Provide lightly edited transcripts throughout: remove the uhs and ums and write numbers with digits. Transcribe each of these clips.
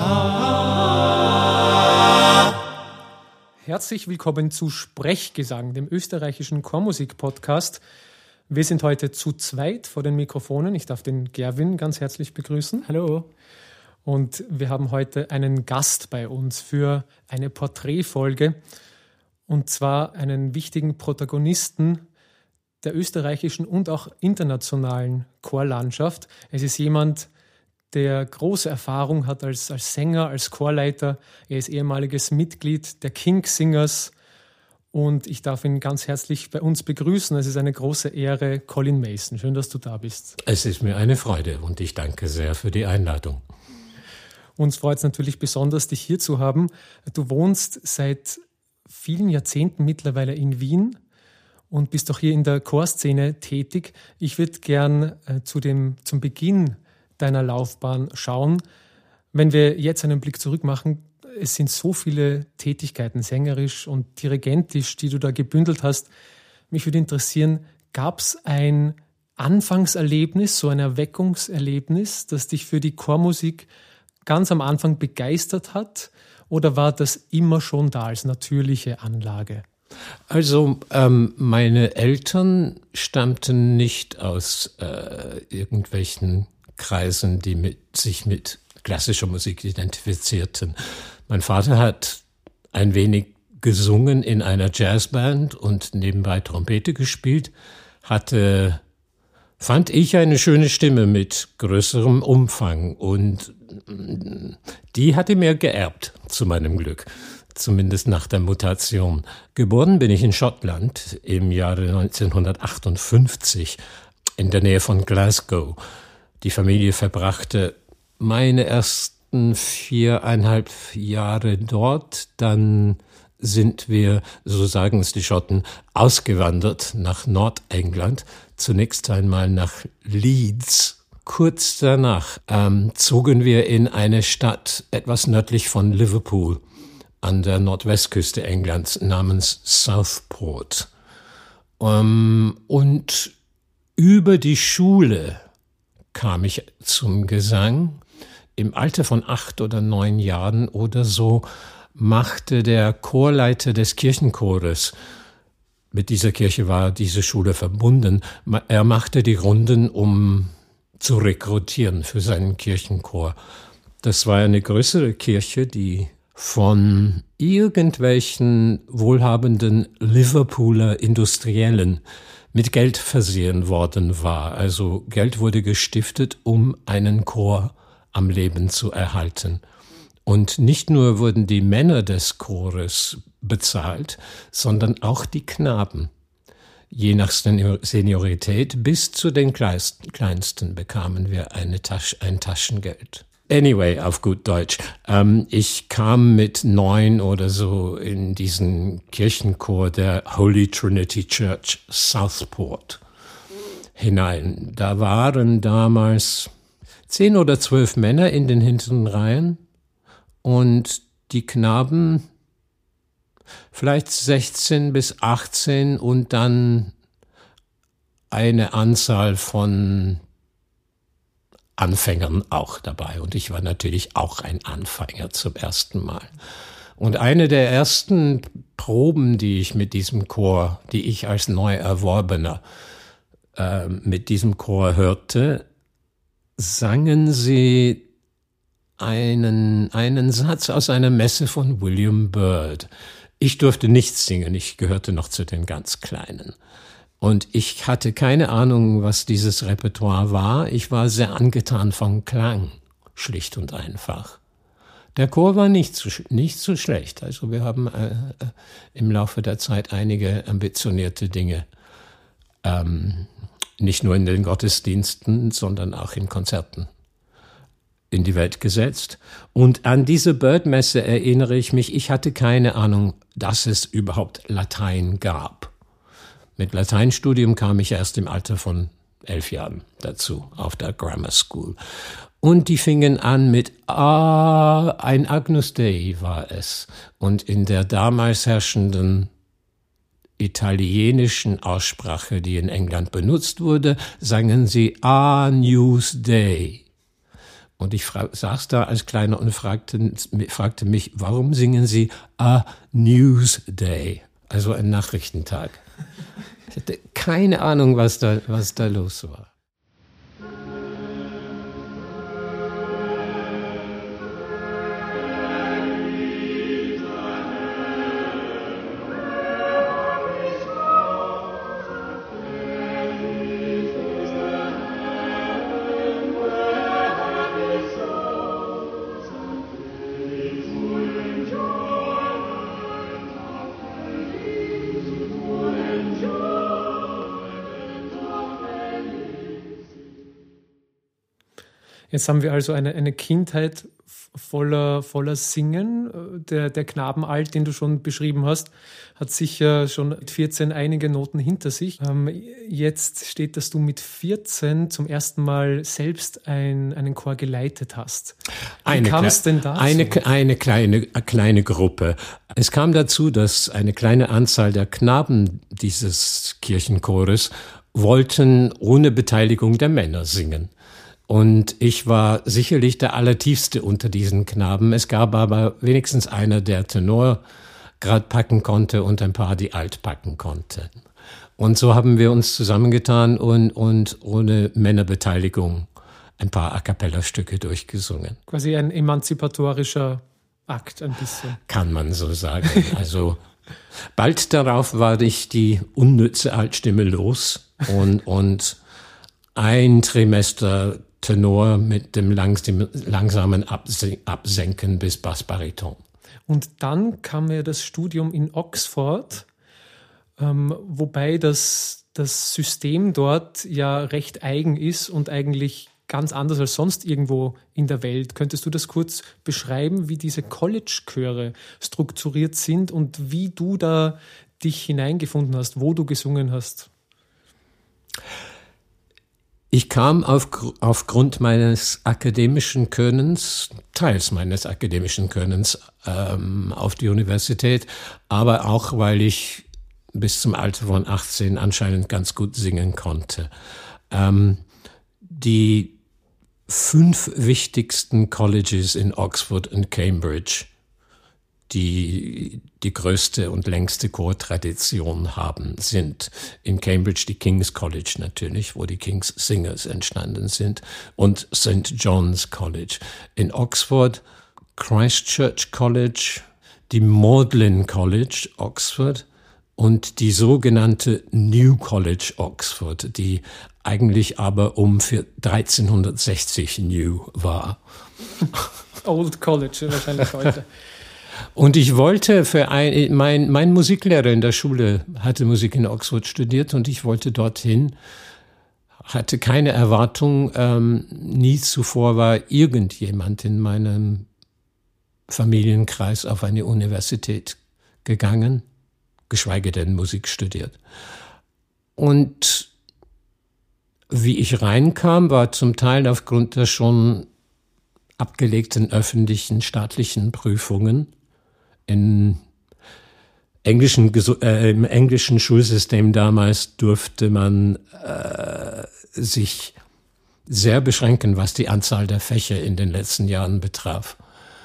Herzlich willkommen zu Sprechgesang, dem österreichischen Chormusik-Podcast. Wir sind heute zu zweit vor den Mikrofonen. Ich darf den Gerwin ganz herzlich begrüßen. Hallo. Und wir haben heute einen Gast bei uns für eine Porträtfolge. Und zwar einen wichtigen Protagonisten der österreichischen und auch internationalen Chorlandschaft. Es ist jemand, der große Erfahrung hat als Sänger, als Chorleiter. Er ist ehemaliges Mitglied der King Singers und ich darf ihn ganz herzlich bei uns begrüßen. Es ist eine große Ehre, Colin Mason. Schön, dass du da bist. Es ist mir eine Freude und ich danke sehr für die Einladung. Uns freut es natürlich besonders, dich hier zu haben. Du wohnst seit vielen Jahrzehnten mittlerweile in Wien und bist auch hier in der Chorszene tätig. Ich würde gern zum Beginn deiner Laufbahn schauen. Wenn wir jetzt einen Blick zurück machen, es sind so viele Tätigkeiten, sängerisch und dirigentisch, die du da gebündelt hast. Mich würde interessieren, gab es ein Anfangserlebnis, so ein Erweckungserlebnis, das dich für die Chormusik ganz am Anfang begeistert hat? Oder war das immer schon da als natürliche Anlage? Also meine Eltern stammten nicht aus irgendwelchen Kreisen, die sich mit klassischer Musik identifizierten. Mein Vater hat ein wenig gesungen in einer Jazzband und nebenbei Trompete gespielt, hatte, fand ich, eine schöne Stimme mit größerem Umfang und die hatte mir geerbt, zu meinem Glück, zumindest nach der Mutation. Geboren bin ich in Schottland im Jahre 1958 in der Nähe von Glasgow. Die Familie verbrachte meine ersten 4,5 Jahre dort. Dann sind wir, so sagen es die Schotten, ausgewandert nach Nordengland. Zunächst einmal nach Leeds. Kurz danach zogen wir in eine Stadt etwas nördlich von Liverpool an der Nordwestküste Englands namens Southport. Und über die Schule kam ich zum Gesang. Im Alter von 8 oder 9 Jahren oder so machte der Chorleiter des Kirchenchores, mit dieser Kirche war diese Schule verbunden, er machte die Runden, um zu rekrutieren für seinen Kirchenchor. Das war eine größere Kirche, die von irgendwelchen wohlhabenden Liverpooler Industriellen mit Geld versehen worden war. Also Geld wurde gestiftet, um einen Chor am Leben zu erhalten. Und nicht nur wurden die Männer des Chores bezahlt, sondern auch die Knaben. Je nach Seniorität bis zu den Kleinsten bekamen wir ein Taschengeld. Anyway, auf gut Deutsch. Ich kam mit 9 oder so in diesen Kirchenchor der Holy Trinity Church Southport hinein. Da waren damals 10 oder 12 Männer in den hinteren Reihen und die Knaben vielleicht 16 bis 18 und dann eine Anzahl von Anfängern auch dabei. Und ich war natürlich auch ein Anfänger zum ersten Mal. Und eine der ersten Proben, die ich mit diesem Chor, die ich als Neuerworbener mit diesem Chor hörte, sangen sie einen Satz aus einer Messe von William Byrd. Ich durfte nichts singen, ich gehörte noch zu den ganz Kleinen. Und ich hatte keine Ahnung, was dieses Repertoire war. Ich war sehr angetan vom Klang, schlicht und einfach. Der Chor war nicht so schlecht. Also wir haben im Laufe der Zeit einige ambitionierte Dinge, nicht nur in den Gottesdiensten, sondern auch in Konzerten in die Welt gesetzt. Und an diese Byrd-Messe erinnere ich mich, ich hatte keine Ahnung, dass es überhaupt Latein gab. Mit Lateinstudium kam ich erst im Alter von 11 Jahren dazu, auf der Grammar School. Und die fingen an mit ein Agnus Dei war es. Und in der damals herrschenden italienischen Aussprache, die in England benutzt wurde, sangen sie Agnus Dei. Und ich saß da als Kleiner und fragte mich, warum singen Sie A News Day, also ein Nachrichtentag? Ich hatte keine Ahnung, was da los war. Jetzt haben wir also eine Kindheit voller Singen. Der Knabenalt, den du schon beschrieben hast, hat sicher schon mit 14 einige Noten hinter sich. Jetzt steht, dass du mit 14 zum ersten Mal selbst einen Chor geleitet hast. Wie kam es denn dazu? Eine kleine Gruppe. Es kam dazu, dass eine kleine Anzahl der Knaben dieses Kirchenchores wollten ohne Beteiligung der Männer singen. Und ich war sicherlich der Allertiefste unter diesen Knaben. Es gab aber wenigstens einer, der Tenor grad packen konnte und ein paar, die Alt packen konnten. Und so haben wir uns zusammengetan und ohne Männerbeteiligung ein paar A-cappella-Stücke durchgesungen. Quasi ein emanzipatorischer Akt ein bisschen. Kann man so sagen. Also bald darauf war ich die unnütze Altstimme los und ein Trimester Tenor mit dem langsamen Absenken bis Bassbariton. Und dann kam ja das Studium in Oxford, wobei das System dort ja recht eigen ist und eigentlich ganz anders als sonst irgendwo in der Welt. Könntest du das kurz beschreiben, wie diese College-Chöre strukturiert sind und wie du da dich hineingefunden hast, wo du gesungen hast? Ich kam aufgrund meines akademischen Könnens, teils meines akademischen Könnens, auf die Universität, aber auch, weil ich bis zum Alter von 18 anscheinend ganz gut singen konnte. Die 5 wichtigsten Colleges in Oxford und Cambridge, die größte und längste Chortradition haben, sind in Cambridge die King's College natürlich, wo die King's Singers entstanden sind, und St. John's College. In Oxford Christ Church College, die Magdalen College Oxford und die sogenannte New College Oxford, die eigentlich aber für 1360 New war. Old College wahrscheinlich heute. Und ich wollte mein Musiklehrer in der Schule hatte Musik in Oxford studiert und ich wollte dorthin, hatte keine Erwartung, nie zuvor war irgendjemand in meinem Familienkreis auf eine Universität gegangen, geschweige denn Musik studiert. Und wie ich reinkam, war zum Teil aufgrund der schon abgelegten öffentlichen staatlichen Prüfungen im englischen Schulsystem damals durfte man sich sehr beschränken, was die Anzahl der Fächer in den letzten Jahren betraf.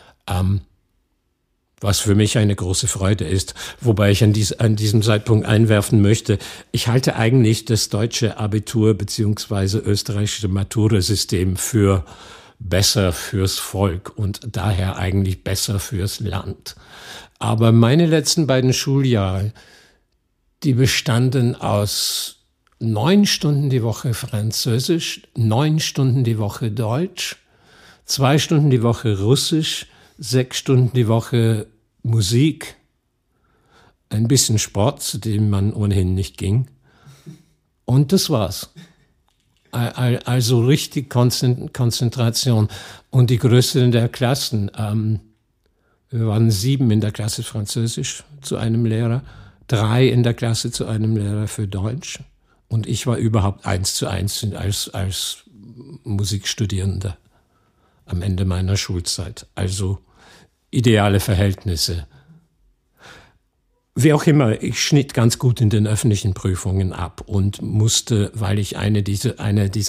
Was für mich eine große Freude ist, wobei ich an diesem Zeitpunkt einwerfen möchte, ich halte eigentlich das deutsche Abitur bzw. österreichische Matura-System für besser fürs Volk und daher eigentlich besser fürs Land. Aber meine letzten beiden Schuljahre, die bestanden aus 9 Stunden die Woche Französisch, 9 Stunden die Woche Deutsch, 2 Stunden die Woche Russisch, 6 Stunden die Woche Musik, ein bisschen Sport, zu dem man ohnehin nicht ging. Und das war's. Also richtig Konzentration. Und die Größe der Klassen, wir waren 7 in der Klasse Französisch zu einem Lehrer, 3 in der Klasse zu einem Lehrer für Deutsch. Und ich war überhaupt 1:1 als Musikstudierender am Ende meiner Schulzeit. Also ideale Verhältnisse. Wie auch immer, ich schnitt ganz gut in den öffentlichen Prüfungen ab und musste, weil ich eine dieser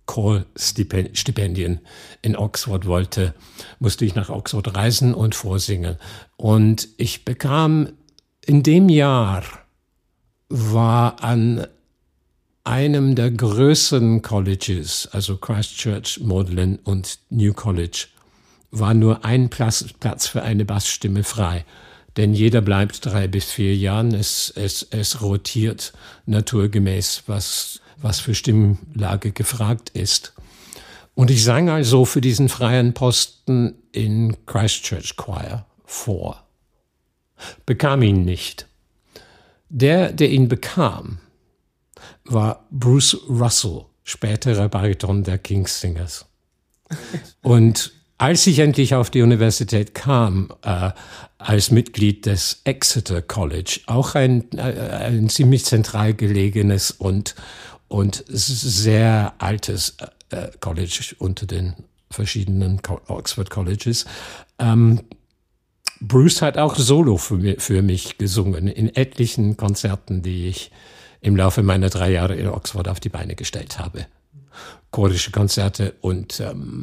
Chorstipendien in Oxford wollte, musste ich nach Oxford reisen und vorsingen. Und ich bekam in dem Jahr, war an einem der größeren Colleges, also Christ Church, Magdalen und New College, war nur ein Platz für eine Bassstimme frei. Denn jeder bleibt 3 bis 4 Jahren. Es rotiert naturgemäß, was für Stimmlage gefragt ist. Und ich sang also für diesen freien Posten in Christ Church Choir vor. Bekam ihn nicht. Der ihn bekam, war Bruce Russell, späterer Bariton der King's Singers. Und als ich endlich auf die Universität kam, als Mitglied des Exeter College, auch ein ziemlich zentral gelegenes und sehr altes College unter den verschiedenen Oxford Colleges, Bruce hat auch Solo für mich gesungen in etlichen Konzerten, die ich im Laufe meiner 3 Jahre in Oxford auf die Beine gestellt habe. Chorische Konzerte und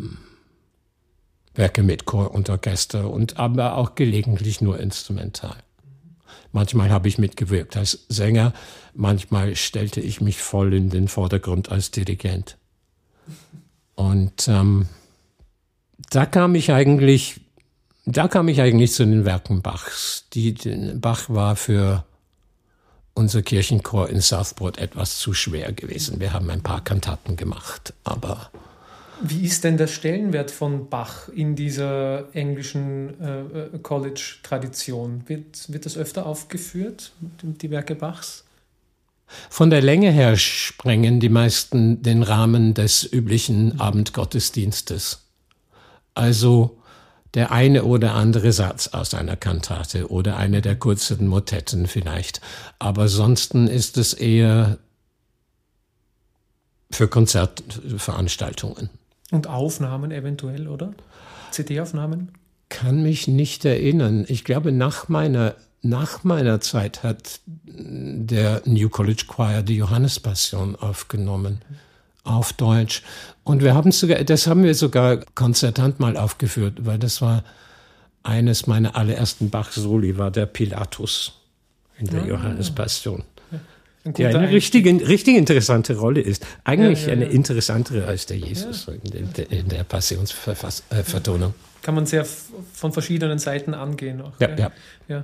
Werke mit Chor und Orchester und aber auch gelegentlich nur instrumental. Manchmal habe ich mitgewirkt als Sänger, manchmal stellte ich mich voll in den Vordergrund als Dirigent. Und da kam ich eigentlich zu den Werken Bachs. Bach war für unser Kirchenchor in Southport etwas zu schwer gewesen. Wir haben ein paar Kantaten gemacht, aber... Wie ist denn der Stellenwert von Bach in dieser englischen College-Tradition? Wird das öfter aufgeführt, die Werke Bachs? Von der Länge her sprengen die meisten den Rahmen des üblichen Abendgottesdienstes. Also der eine oder andere Satz aus einer Kantate oder eine der kurzen Motetten vielleicht. Aber ansonsten ist es eher für Konzertveranstaltungen. Und Aufnahmen eventuell, oder? CD-Aufnahmen? Kann mich nicht erinnern. Ich glaube, nach meiner Zeit hat der New College Choir die Johannespassion aufgenommen. Auf Deutsch. Und das haben wir sogar konzertant mal aufgeführt, weil das war eines meiner allerersten Bach-Soli, war der Pilatus in der Johannespassion. Ja. Die eine richtig interessante Rolle ist. Eigentlich eine interessantere als der Jesus in der Passionsvertonung. Kann man sehr von verschiedenen Seiten angehen. Auch, ja.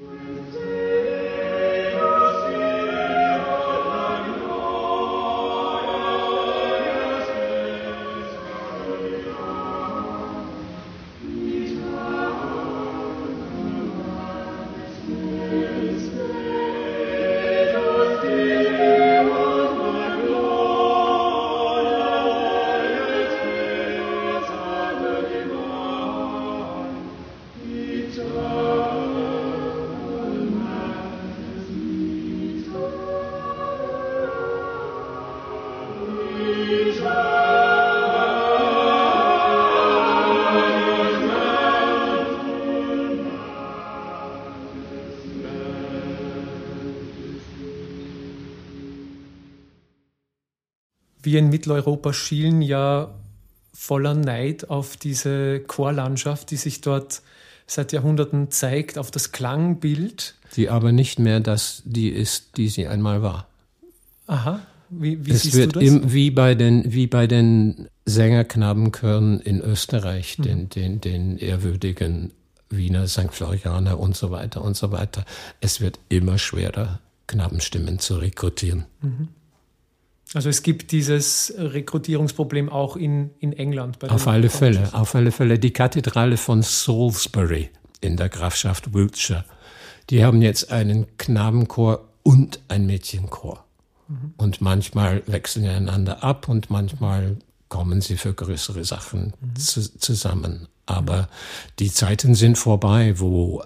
Wir in Mitteleuropa schielen ja voller Neid auf diese Chorlandschaft, die sich dort seit Jahrhunderten zeigt, auf das Klangbild. Die aber nicht mehr die ist, die sie einmal war. Aha, wie siehst du das? Es wird wie bei den Sängerknabenchören in Österreich, den ehrwürdigen Wiener St. Florianer und so weiter und so weiter. Es wird immer schwerer, Knabenstimmen zu rekrutieren. Mhm. Also es gibt dieses Rekrutierungsproblem auch in England. Auf alle Fälle. Die Kathedrale von Salisbury in der Grafschaft Wiltshire, die haben jetzt einen Knabenchor und einen Mädchenchor. Mhm. Und manchmal wechseln einander ab und manchmal kommen sie für größere Sachen zusammen. Aber die Zeiten sind vorbei, wo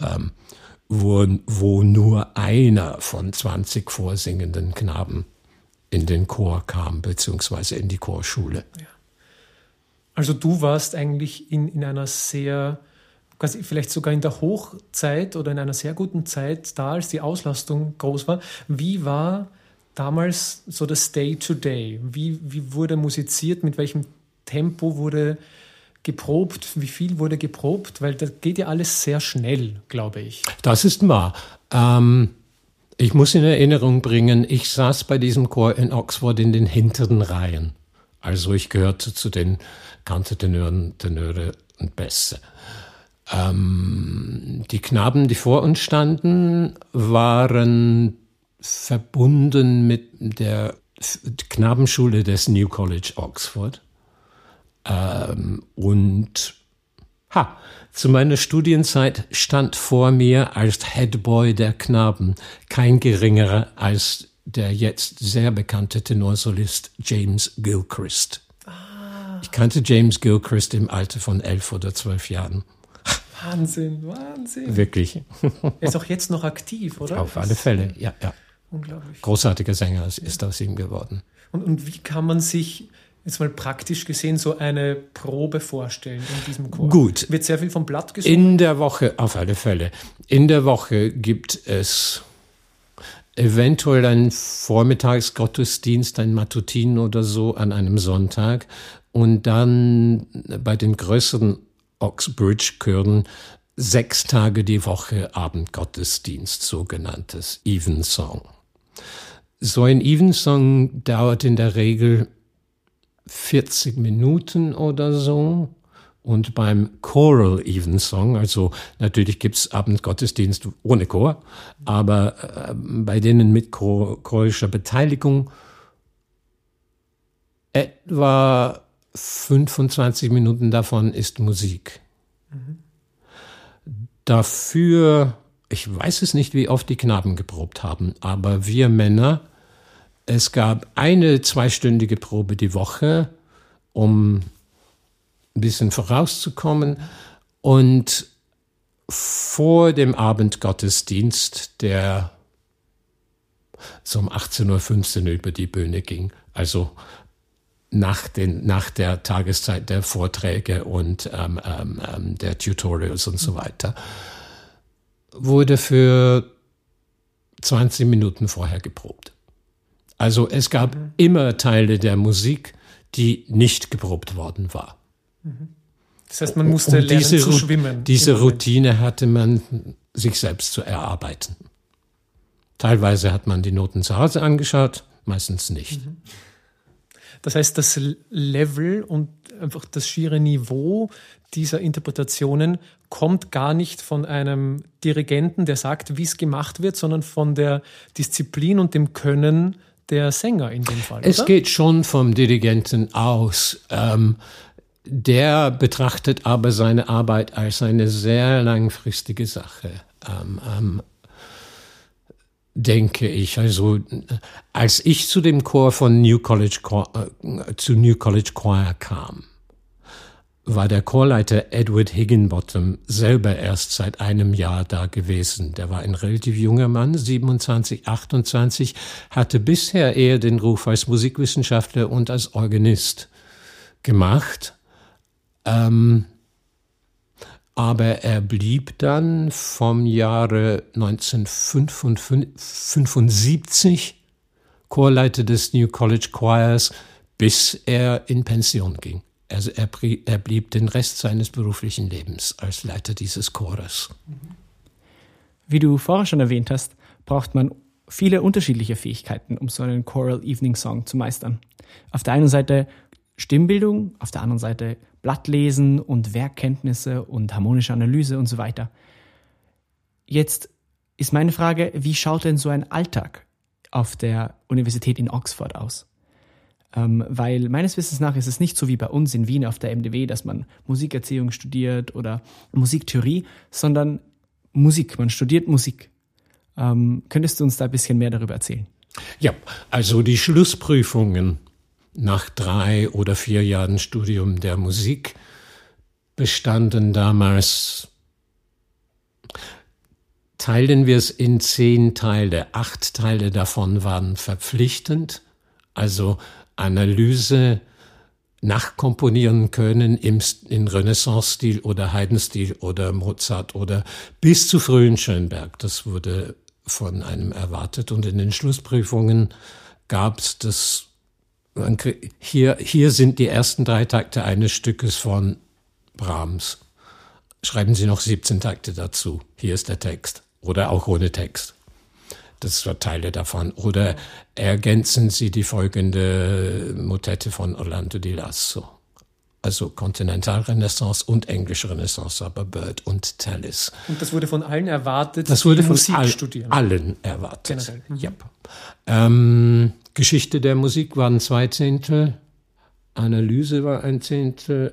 nur einer von 20 vorsingenden Knaben in den Chor kam, beziehungsweise in die Chorschule. Ja. Also du warst eigentlich in einer sehr, quasi vielleicht sogar in der Hochzeit oder in einer sehr guten Zeit da, als die Auslastung groß war. Wie war damals so das Day-to-Day? Wie wurde musiziert? Mit welchem Tempo wurde geprobt? Wie viel wurde geprobt? Weil das geht ja alles sehr schnell, glaube ich. Das ist wahr. Ich muss in Erinnerung bringen, ich saß bei diesem Chor in Oxford in den hinteren Reihen. Also ich gehörte zu den Kantetenören, Tenöre und Bässe. Die Knaben, die vor uns standen, waren verbunden mit der Knabenschule des New College Oxford. Zu meiner Studienzeit stand vor mir als Headboy der Knaben kein geringerer als der jetzt sehr bekannte Tenorsolist James Gilchrist. Ich kannte James Gilchrist im Alter von 11 oder 12 Jahren. Wahnsinn. Wirklich. Er ist auch jetzt noch aktiv, oder? Auf alle Fälle, ja. Unglaublich. Großartiger Sänger ist aus ihm geworden. Und wie kann man sich jetzt mal praktisch gesehen so eine Probe vorstellen in diesem Chor? Gut. Wird sehr viel vom Blatt gesungen? In der Woche, auf alle Fälle. In der Woche gibt es eventuell einen Vormittagsgottesdienst, einen Matutinen oder so an einem Sonntag. Und dann bei den größeren Oxbridge-Chören 6 Tage die Woche Abendgottesdienst, sogenanntes Evensong. So ein Evensong dauert in der Regel 40 Minuten oder so. Und beim Choral Evensong, also natürlich gibt's Abendgottesdienst ohne Chor, aber bei denen mit chorischer Beteiligung etwa 25 Minuten davon ist Musik. Dafür, ich weiß es nicht, wie oft die Knaben geprobt haben, aber wir Männer, es gab eine 2-stündige Probe die Woche, um ein bisschen vorauszukommen. Und vor dem Abendgottesdienst, der so um 18:15 Uhr über die Bühne ging, also nach der Tageszeit der Vorträge und der Tutorials und so weiter, wurde für 20 Minuten vorher geprobt. Also es gab immer Teile der Musik, die nicht geprobt worden war. Das heißt, man musste lernen zu schwimmen. Diese Routine hatte man sich selbst zu erarbeiten. Teilweise hat man die Noten zu Hause angeschaut, meistens nicht. Das heißt, das Level und einfach das schiere Niveau dieser Interpretationen kommt gar nicht von einem Dirigenten, der sagt, wie es gemacht wird, sondern von der Disziplin und dem Können der Sänger in dem Fall, Es oder? geht schon vom Dirigenten aus. Der betrachtet aber seine Arbeit als eine sehr langfristige Sache, denke ich. Also als ich zu dem Chor von New College Choir kam, war der Chorleiter Edward Higginbottom selber erst seit einem Jahr da gewesen. Der war ein relativ junger Mann, 27, 28, hatte bisher eher den Ruf als Musikwissenschaftler und als Organist gemacht. Aber er blieb dann vom Jahre 1975 Chorleiter des New College Choirs, bis er in Pension ging. Also er blieb den Rest seines beruflichen Lebens als Leiter dieses Chores. Wie du vorher schon erwähnt hast, braucht man viele unterschiedliche Fähigkeiten, um so einen Choral Evening Song zu meistern. Auf der einen Seite Stimmbildung, auf der anderen Seite Blattlesen und Werkkenntnisse und harmonische Analyse und so weiter. Jetzt ist meine Frage, wie schaut denn so ein Alltag auf der Universität in Oxford aus? Weil meines Wissens nach ist es nicht so wie bei uns in Wien auf der MDW, dass man Musikerziehung studiert oder Musiktheorie, sondern Musik, man studiert Musik. Könntest du uns da ein bisschen mehr darüber erzählen? Ja, also die Schlussprüfungen nach 3 oder 4 Jahren Studium der Musik bestanden damals, teilen wir es in 10 Teile. 8 Teile davon waren verpflichtend, also Analyse, nachkomponieren können in Renaissance-Stil oder Haydn-Stil oder Mozart oder bis zu frühen Schönberg. Das wurde von einem erwartet und in den Schlussprüfungen gab es das. Hier sind die ersten 3 Takte eines Stückes von Brahms. Schreiben Sie noch 17 Takte dazu. Hier ist der Text. Oder auch ohne Text. Das war Teile davon. Oder ergänzen Sie die folgende Motette von Orlando di Lasso. Also Kontinentalrenaissance und englische Renaissance, aber Bird und Tallis. Und das wurde von allen erwartet, das wurde die von Musik studieren. Allen erwartet. Generell. Mhm. Yep. Geschichte der Musik waren 2 Zehntel. Analyse war 1 Zehntel.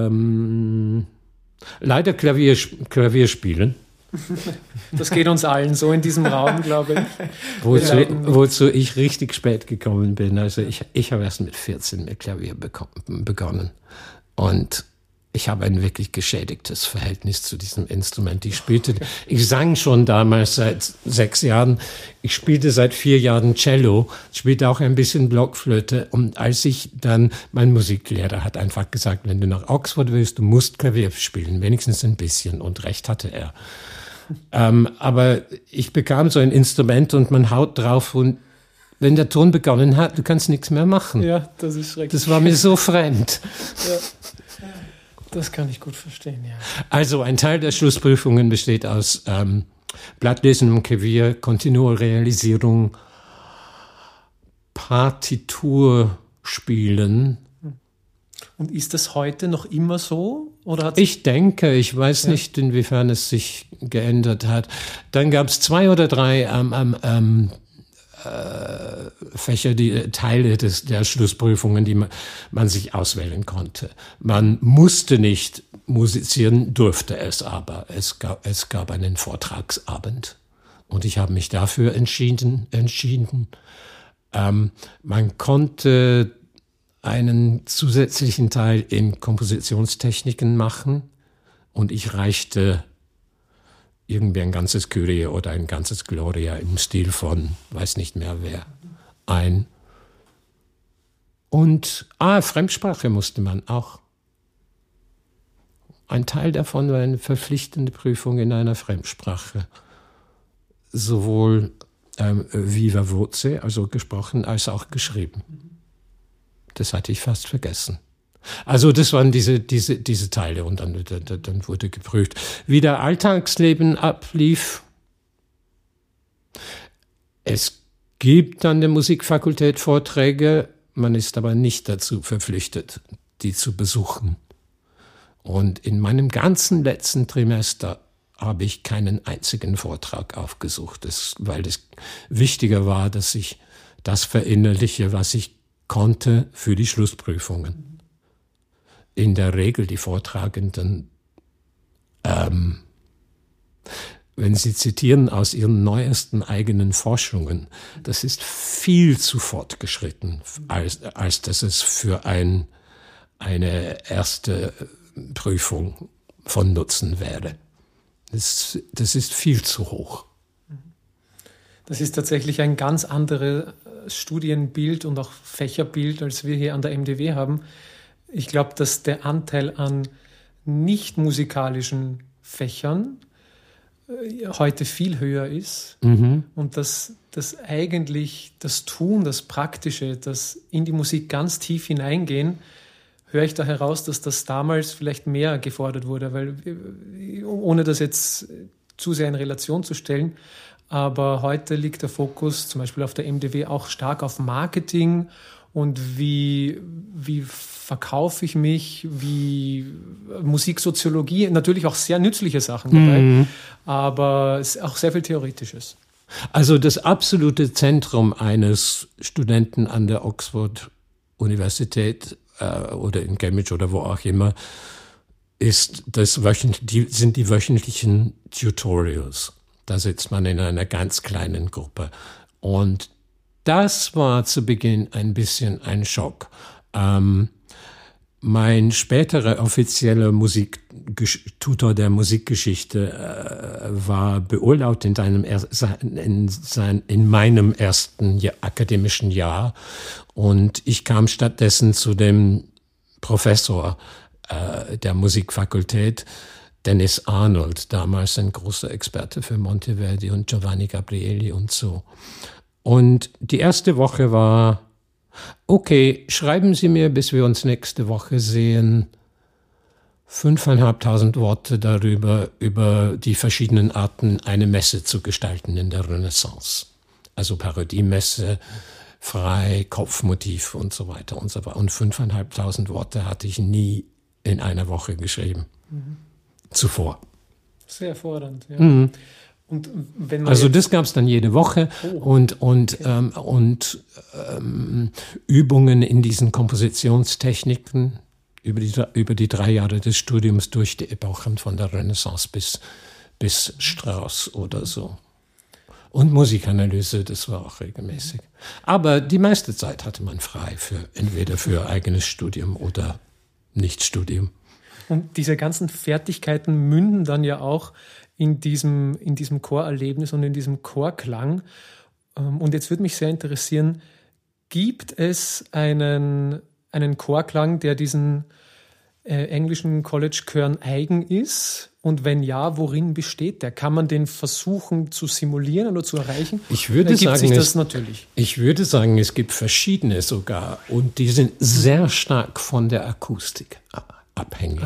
Leider Klavierspielen. Das geht uns allen so in diesem Raum, glaube ich. Wozu ich richtig spät gekommen bin. Also ich habe erst mit 14 mit Klavier begonnen. Und ich habe ein wirklich geschädigtes Verhältnis zu diesem Instrument. Ich sang schon damals seit 6 Jahren. Ich spielte seit 4 Jahren Cello, spielte auch ein bisschen Blockflöte. Und als mein Musiklehrer hat einfach gesagt, wenn du nach Oxford willst, du musst Klavier spielen, wenigstens ein bisschen. Und recht hatte er. Aber ich bekam so ein Instrument und man haut drauf und wenn der Ton begonnen hat, du kannst nichts mehr machen. Ja, das ist schrecklich. Das war mir so fremd. Ja. Das kann ich gut verstehen, ja. Also ein Teil der Schlussprüfungen besteht aus Blattlesen am Klavier, Kontinuerrealisierung, Partitur spielen. Und ist das heute noch immer so? Oder ich denke, ich weiß nicht, inwiefern es sich geändert hat. Dann gab es 2 oder 3 Fächer, Teile der Schlussprüfungen, die man sich auswählen konnte. Man musste nicht musizieren, durfte es aber. Es gab einen Vortragsabend und ich habe mich dafür entschieden. Man konnte einen zusätzlichen Teil in Kompositionstechniken machen und ich reichte irgendwie ein ganzes Kyrie oder ein ganzes Gloria im Stil von, weiß nicht mehr wer, ein. Und Fremdsprache musste man auch. Ein Teil davon war eine verpflichtende Prüfung in einer Fremdsprache. Sowohl viva voce, also gesprochen, als auch geschrieben. Das hatte ich fast vergessen. Also das waren diese Teile und dann wurde geprüft. Wie der Alltagsleben ablief. Es gibt an der Musikfakultät Vorträge, man ist aber nicht dazu verpflichtet, die zu besuchen. Und in meinem ganzen letzten Trimester habe ich keinen einzigen Vortrag aufgesucht, weil es wichtiger war, dass ich das verinnerliche, was ich konnte für die Schlussprüfungen. In der Regel die Vortragenden, wenn sie zitieren aus ihren neuesten eigenen Forschungen, das ist viel zu fortgeschritten, als dass es für eine erste Prüfung von Nutzen wäre. Das ist viel zu hoch. Das ist tatsächlich ein ganz anderes Studienbild und auch Fächerbild, als wir hier an der MDW haben. Ich glaube, dass der Anteil an nicht musikalischen Fächern heute viel höher ist und dass eigentlich das Tun, das Praktische, das in die Musik ganz tief hineingehen, höre ich da heraus, dass das damals vielleicht mehr gefordert wurde, weil ohne das jetzt zu sehr in Relation zu stellen, aber heute liegt der Fokus zum Beispiel auf der MDW auch stark auf Marketing und wie verkaufe ich mich, wie Musiksoziologie, natürlich auch sehr nützliche Sachen dabei, aber es ist auch sehr viel Theoretisches. Also das absolute Zentrum eines Studenten an der Oxford-Universität oder in Cambridge oder wo auch immer sind die wöchentlichen Tutorials. Da sitzt man in einer ganz kleinen Gruppe. Und das war zu Beginn ein bisschen ein Schock. Mein späterer offizieller Tutor der Musikgeschichte war beurlaubt in meinem ersten akademischen Jahr. Und ich kam stattdessen zu dem Professor der Musikfakultät, Dennis Arnold, damals ein großer Experte für Monteverdi und Giovanni Gabrieli und so. Und die erste Woche war, okay, schreiben Sie mir, bis wir uns nächste Woche sehen, 5.500 Worte darüber, über die verschiedenen Arten, eine Messe zu gestalten in der Renaissance. Also Parodiemesse, frei, Kopfmotiv und so weiter und so weiter. Und 5.500 Worte hatte ich nie in einer Woche geschrieben. Zuvor. Sehr fordernd, ja. Und wenn man also das gab es dann jede Woche und Übungen in diesen Kompositionstechniken über die 3 Jahre des Studiums durch die Epochen von der Renaissance bis Strauss oder so. Und Musikanalyse, das war auch regelmäßig. Aber die meiste Zeit hatte man frei entweder für eigenes Studium oder Nichtstudium. Und diese ganzen Fertigkeiten münden dann ja auch in diesem Chorerlebnis und in diesem Chorklang. Und jetzt würde mich sehr interessieren, gibt es einen Chorklang, der diesen englischen College-Chören eigen ist? Und wenn ja, worin besteht der? Kann man den versuchen zu simulieren oder zu erreichen? Ich würde sagen, es gibt verschiedene sogar. Und die sind sehr stark von der Akustik abhängig.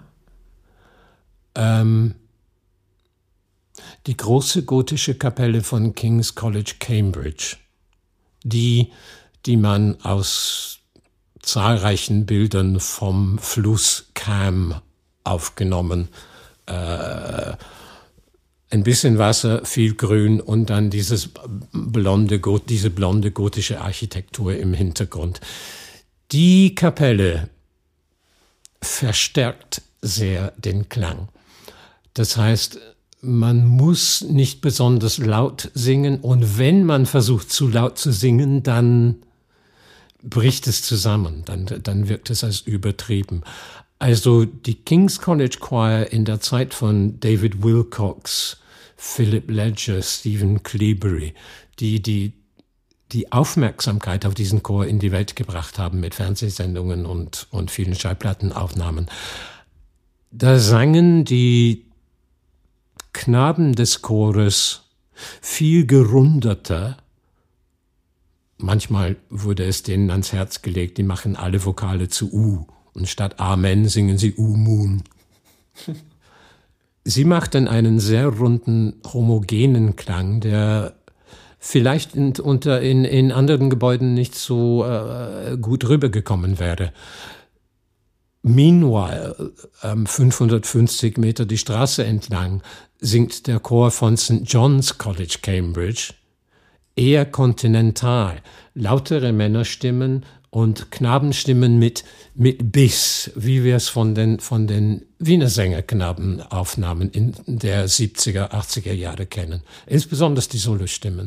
Die große gotische Kapelle von King's College, Cambridge, die man aus zahlreichen Bildern vom Fluss Cam aufgenommen, ein bisschen Wasser, viel Grün und dann diese blonde gotische Architektur im Hintergrund. Die Kapelle verstärkt sehr den Klang. Das heißt, man muss nicht besonders laut singen und wenn man versucht, zu laut zu singen, dann bricht es zusammen, dann wirkt es als übertrieben. Also die King's College Choir in der Zeit von David Wilcox, Philip Ledger, Stephen Cleobury, die Aufmerksamkeit auf diesen Chor in die Welt gebracht haben mit Fernsehsendungen und vielen Schallplattenaufnahmen. Da sangen die Knaben des Chores viel gerundeter. Manchmal wurde es denen ans Herz gelegt, die machen alle Vokale zu U. Und statt Amen singen sie U-Moon. Sie machten einen sehr runden, homogenen Klang, der vielleicht in anderen Gebäuden nicht so gut rübergekommen wäre. Meanwhile, 550 Meter die Straße entlang, singt der Chor von St. John's College, Cambridge, eher kontinental, lautere Männerstimmen und Knabenstimmen mit Biss, wie wir es von den Wiener Sängerknabenaufnahmen in der 70er, 80er Jahre kennen. Insbesondere die Solostimmen.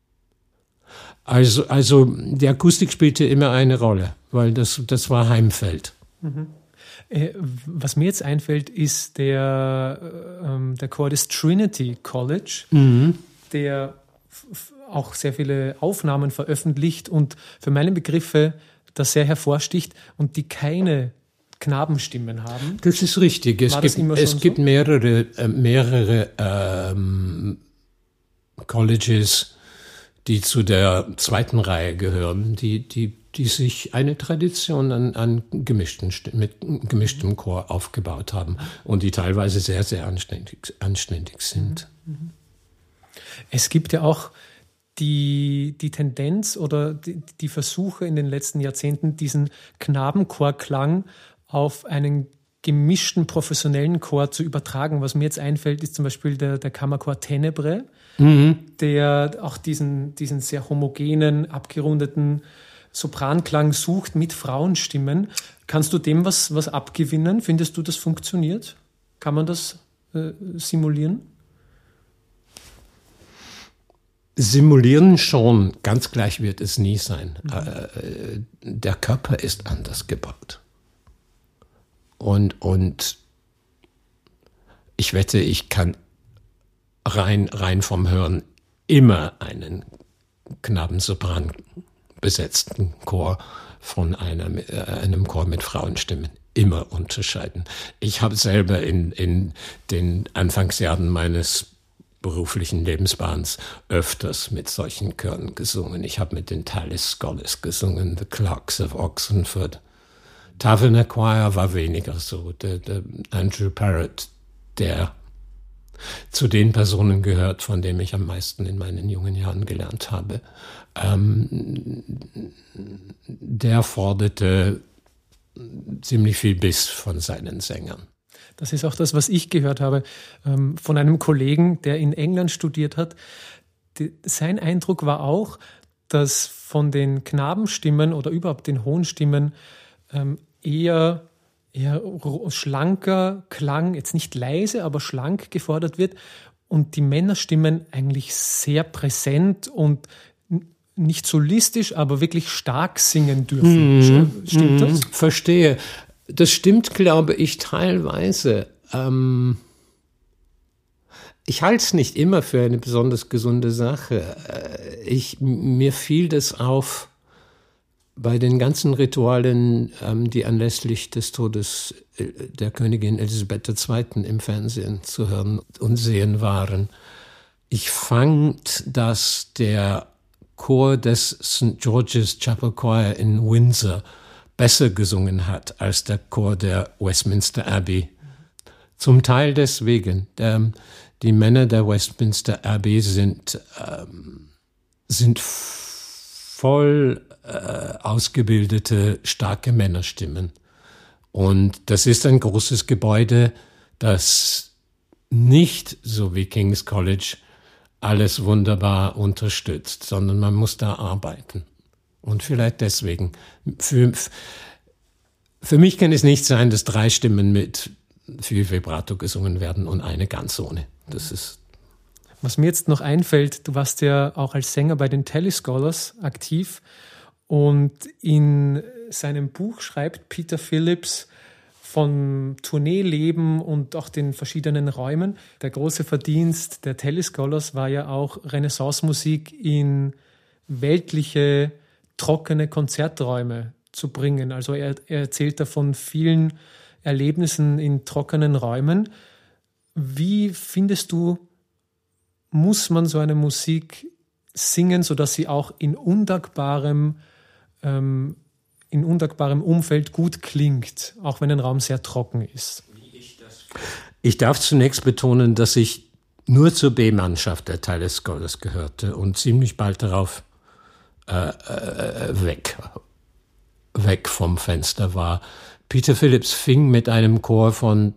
Also die Akustik spielte immer eine Rolle, weil das war Heimfeld. Was mir jetzt einfällt, ist der Chor des Trinity College, der auch sehr viele Aufnahmen veröffentlicht und für meine Begriffe das sehr hervorsticht und die keine Knabenstimmen haben. Das ist richtig. Es gibt mehrere Colleges, die zu der zweiten Reihe gehören, die sich eine Tradition mit gemischtem Chor aufgebaut haben und die teilweise sehr, sehr anständig sind. Es gibt ja auch die Tendenz oder die Versuche in den letzten Jahrzehnten, diesen Knabenchorklang auf einen gemischten professionellen Chor zu übertragen. Was mir jetzt einfällt, ist zum Beispiel der Kammerchor Tenebrae, der auch diesen sehr homogenen, abgerundeten Sopranklang sucht mit Frauenstimmen. Kannst du dem was abgewinnen? Findest du, das funktioniert? Kann man das simulieren? Simulieren schon, ganz gleich wird es nie sein. Der Körper ist anders gebaut. Und ich wette, ich kann rein vom Hören immer einen Knabensopran besetzten Chor von einem Chor mit Frauenstimmen immer unterscheiden. Ich habe selber in den Anfangsjahren meines beruflichen Lebensbahns öfters mit solchen Chören gesungen. Ich habe mit den Tallis Scholars gesungen, The Clerks of Oxenford. Taverner Choir war weniger so. Der Andrew Parrott, der zu den Personen gehört, von dem ich am meisten in meinen jungen Jahren gelernt habe, der forderte ziemlich viel Biss von seinen Sängern. Das ist auch das, was ich gehört habe von einem Kollegen, der in England studiert hat. Sein Eindruck war auch, dass von den Knabenstimmen oder überhaupt den hohen Stimmen eher schlanker Klang, jetzt nicht leise, aber schlank gefordert wird und die Männerstimmen eigentlich sehr präsent und nicht solistisch, aber wirklich stark singen dürfen. Stimmt das? Verstehe. Das stimmt, glaube ich, teilweise. Ich halte es nicht immer für eine besonders gesunde Sache. Mir fiel das auf bei den ganzen Ritualen, die anlässlich des Todes der Königin Elisabeth II. Im Fernsehen zu hören und sehen waren. Ich fand, dass der Chor des St. George's Chapel Choir in Windsor besser gesungen hat als der Chor der Westminster Abbey. Zum Teil deswegen. Die Männer der Westminster Abbey sind voll ausgebildete, starke Männerstimmen. Und das ist ein großes Gebäude, das nicht, so wie King's College, alles wunderbar unterstützt, sondern man muss da arbeiten. Und vielleicht deswegen. Für mich kann es nicht sein, dass 3 Stimmen mit viel Vibrato gesungen werden und eine ganz ohne. Das ist. Was mir jetzt noch einfällt, du warst ja auch als Sänger bei den Tallis Scholars aktiv und in seinem Buch schreibt Peter Phillips von Tourneeleben und auch den verschiedenen Räumen. Der große Verdienst der Tallis Scholars war ja auch Renaissance-Musik in weltliche, trockene Konzerträume zu bringen. Also er erzählt davon vielen Erlebnissen in trockenen Räumen. Wie findest du, muss man so eine Musik singen, sodass sie auch in undankbarem Umfeld gut klingt, auch wenn ein Raum sehr trocken ist? Ich darf zunächst betonen, dass ich nur zur B-Mannschaft der Tallis Scholars gehörte und ziemlich bald darauf weg vom Fenster war. Peter Phillips fing mit einem Chor von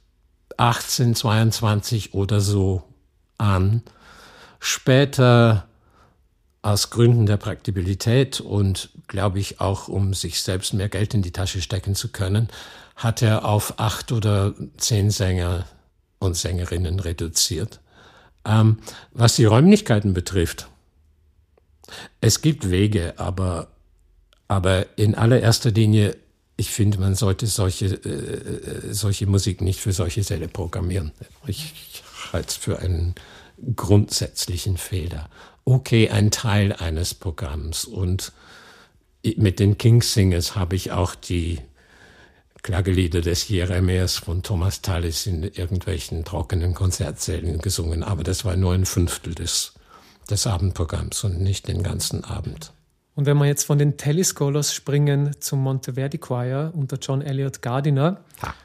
1822 oder so an. Später aus Gründen der Praktikabilität und, glaube ich, auch um sich selbst mehr Geld in die Tasche stecken zu können, hat er auf 8 oder 10 Sänger und Sängerinnen reduziert. Was die Räumlichkeiten betrifft, es gibt Wege, aber in allererster Linie, ich finde, man sollte solche Musik nicht für solche Säle programmieren. Ich halte es für einen grundsätzlichen Fehler. Okay, ein Teil eines Programms. Und mit den King's Singers habe ich auch die Klagelieder des Jeremias von Thomas Tallis in irgendwelchen trockenen Konzertsälen gesungen. Aber das war nur ein Fünftel des Abendprogramms und nicht den ganzen Abend. Und wenn wir jetzt von den Tallis Scholars springen zum Monteverdi Choir unter John Eliot Gardiner,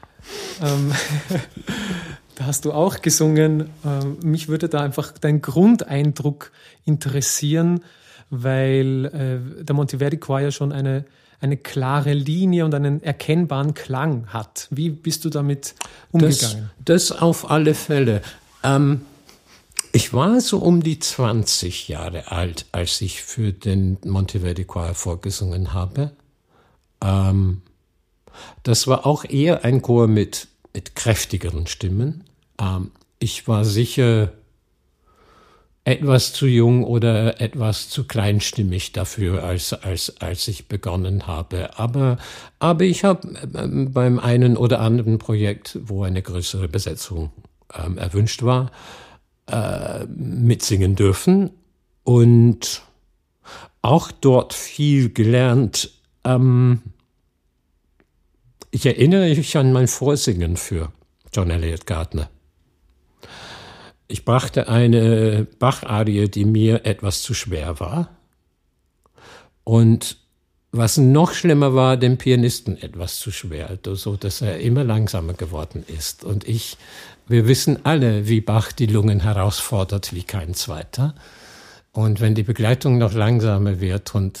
da hast du auch gesungen. Mich würde da einfach dein Grundeindruck interessieren, weil der Monteverdi Choir schon eine klare Linie und einen erkennbaren Klang hat. Wie bist du damit umgegangen? Das auf alle Fälle. Ich war so um die 20 Jahre alt, als ich für den Monteverdi Choir vorgesungen habe. Das war auch eher ein Chor mit kräftigeren Stimmen. Ich war sicher etwas zu jung oder etwas zu kleinstimmig dafür, als ich begonnen habe. Aber ich habe beim einen oder anderen Projekt, wo eine größere Besetzung erwünscht war, mitsingen dürfen und auch dort viel gelernt. Ich erinnere mich an mein Vorsingen für John Eliot Gardiner. Ich brachte eine Bach-Arie, die mir etwas zu schwer war. Und was noch schlimmer war, dem Pianisten etwas zu schwer, so dass er immer langsamer geworden ist. Und wir wissen alle, wie Bach die Lungen herausfordert wie kein zweiter. Und wenn die Begleitung noch langsamer wird und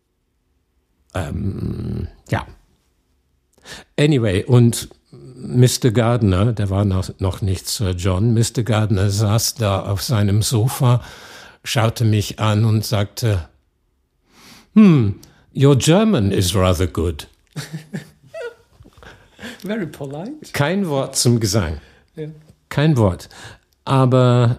ja. Anyway, und Mr. Gardner, der war noch nicht Sir John, Mr. Gardner saß da auf seinem Sofa, schaute mich an und sagte, your German is rather good. Very polite. Kein Wort zum Gesang. Ja. Kein Wort. Aber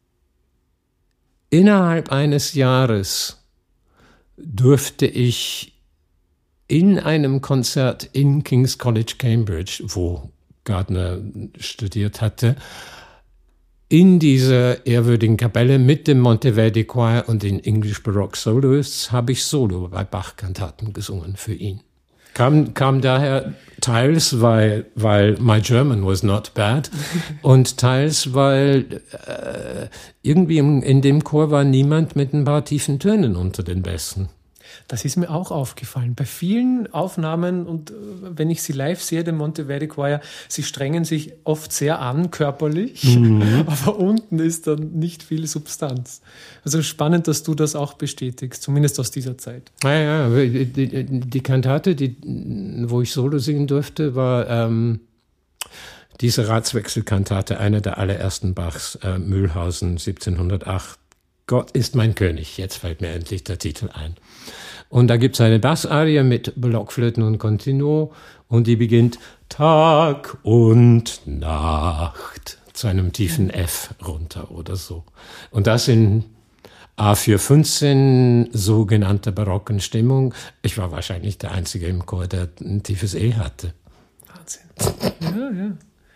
innerhalb eines Jahres durfte ich in einem Konzert in King's College, Cambridge, wo Gardner studiert hatte, in dieser ehrwürdigen Kapelle mit dem Monteverdi Choir und den English Baroque Soloists habe ich Solo bei Bach-Kantaten gesungen für ihn. Kam daher teils, weil my German was not bad und teils, weil irgendwie in dem Chor war niemand mit ein paar tiefen Tönen unter den Bässen. Das ist mir auch aufgefallen. Bei vielen Aufnahmen und wenn ich sie live sehe, den Monteverdi Choir, sie strengen sich oft sehr an, körperlich, aber unten ist dann nicht viel Substanz. Also spannend, dass du das auch bestätigst, zumindest aus dieser Zeit. Ja, die Kantate, wo ich Solo singen durfte, war diese Ratswechselkantate, eine der allerersten Bachs, Mühlhausen 1708. Gott ist mein König, jetzt fällt mir endlich der Titel ein. Und da gibt es eine Bassarie mit Blockflöten und Continuo und die beginnt Tag und Nacht zu einem tiefen F runter oder so. Und das in A415 sogenannter barocken Stimmung. Ich war wahrscheinlich der Einzige im Chor, der ein tiefes E hatte. Wahnsinn. Ja.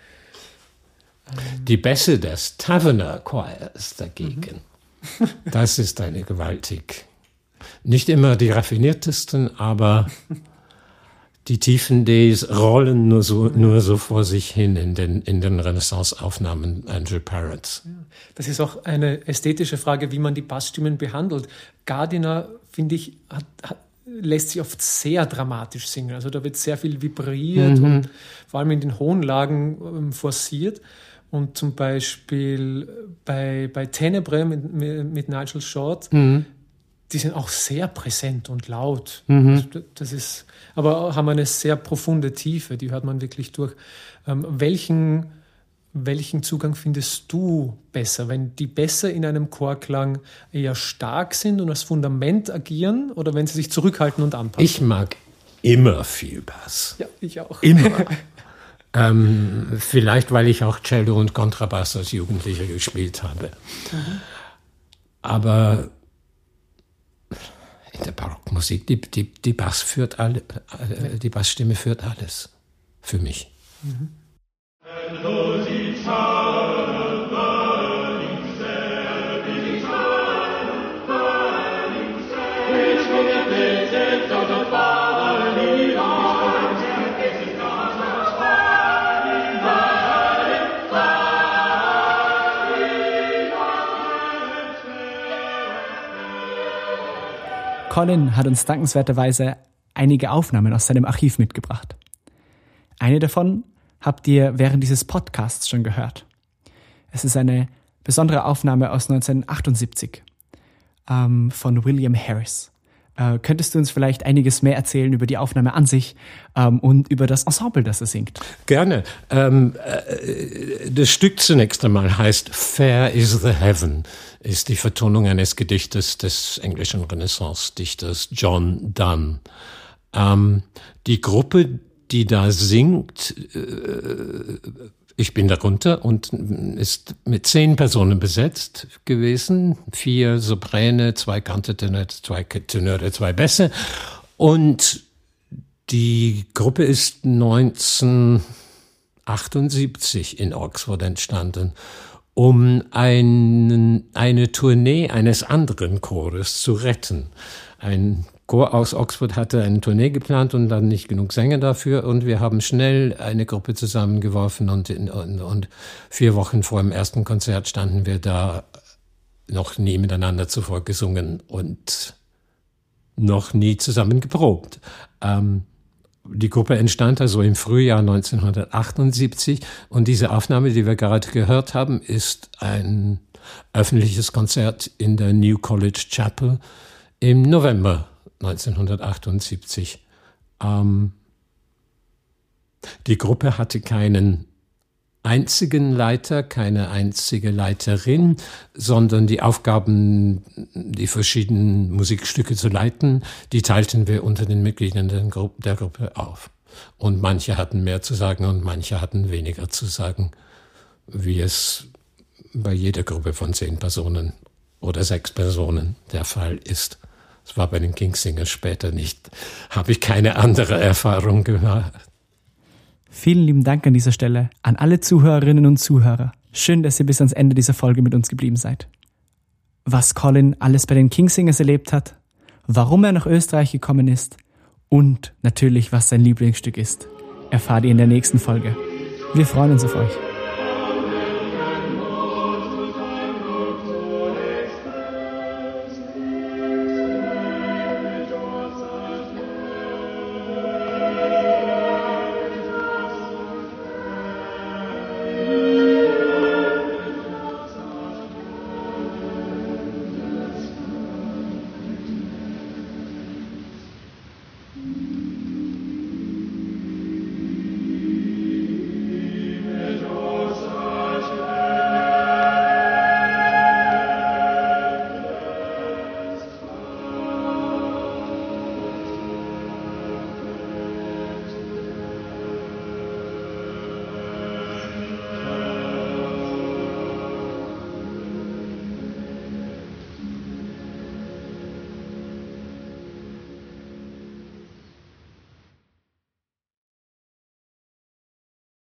Die Bässe des Taverner Choirs dagegen. Das ist eine gewaltig. Nicht immer die raffiniertesten, aber die tiefen Ds rollen nur so vor sich hin in den Renaissance-Aufnahmen Andrew Parrots. Das ist auch eine ästhetische Frage, wie man die Bassstimmen behandelt. Gardiner, finde ich, lässt sich oft sehr dramatisch singen. Also da wird sehr viel vibriert und vor allem in den hohen Lagen forciert. Und zum Beispiel bei Tenebrae mit Nigel Short, die sind auch sehr präsent und laut. Das ist, aber haben eine sehr profunde Tiefe, die hört man wirklich durch. Welchen Zugang findest du besser? Wenn die Bässe in einem Chorklang eher stark sind und als Fundament agieren oder wenn sie sich zurückhalten und anpassen? Ich mag immer viel Bass. Ja, ich auch. Immer. Vielleicht, weil ich auch Cello und Kontrabass als Jugendlicher gespielt habe. Aber in der Barockmusik, die Bassstimme führt alles. Für mich. Colin hat uns dankenswerterweise einige Aufnahmen aus seinem Archiv mitgebracht. Eine davon habt ihr während dieses Podcasts schon gehört. Es ist eine besondere Aufnahme aus 1978 von William Harris. Könntest du uns vielleicht einiges mehr erzählen über die Aufnahme an sich und über das Ensemble, das er singt? Gerne. Das Stück zunächst einmal heißt Fair is the Heaven, ist die Vertonung eines Gedichtes des englischen Renaissance-Dichters John Donne. Die Gruppe, die da singt, ich bin darunter und ist mit 10 Personen besetzt gewesen. 4 Soprane, 2 Kantentenöre, 2 Tenöre, 2 Bässe. Und die Gruppe ist 1978 in Oxford entstanden, um eine Tournee eines anderen Chores zu retten. Ein Chor aus Oxford hatte eine Tournee geplant und dann nicht genug Sänger dafür und wir haben schnell eine Gruppe zusammengeworfen und 4 Wochen vor dem ersten Konzert standen wir da, noch nie miteinander zuvor gesungen und noch nie zusammen geprobt. Die Gruppe entstand also im Frühjahr 1978 und diese Aufnahme, die wir gerade gehört haben, ist ein öffentliches Konzert in der New College Chapel im November 1978. Die Gruppe hatte keinen einzigen Leiter, keine einzige Leiterin, sondern die Aufgaben, die verschiedenen Musikstücke zu leiten, die teilten wir unter den Mitgliedern der Gruppe auf. Und manche hatten mehr zu sagen und manche hatten weniger zu sagen, wie es bei jeder Gruppe von 10 Personen oder 6 Personen der Fall ist. Das war bei den Kingsingers später nicht. Habe ich keine andere Erfahrung gemacht. Vielen lieben Dank an dieser Stelle an alle Zuhörerinnen und Zuhörer. Schön, dass ihr bis ans Ende dieser Folge mit uns geblieben seid. Was Colin alles bei den Kingsingers erlebt hat, warum er nach Österreich gekommen ist und natürlich, was sein Lieblingsstück ist, erfahrt ihr in der nächsten Folge. Wir freuen uns auf euch.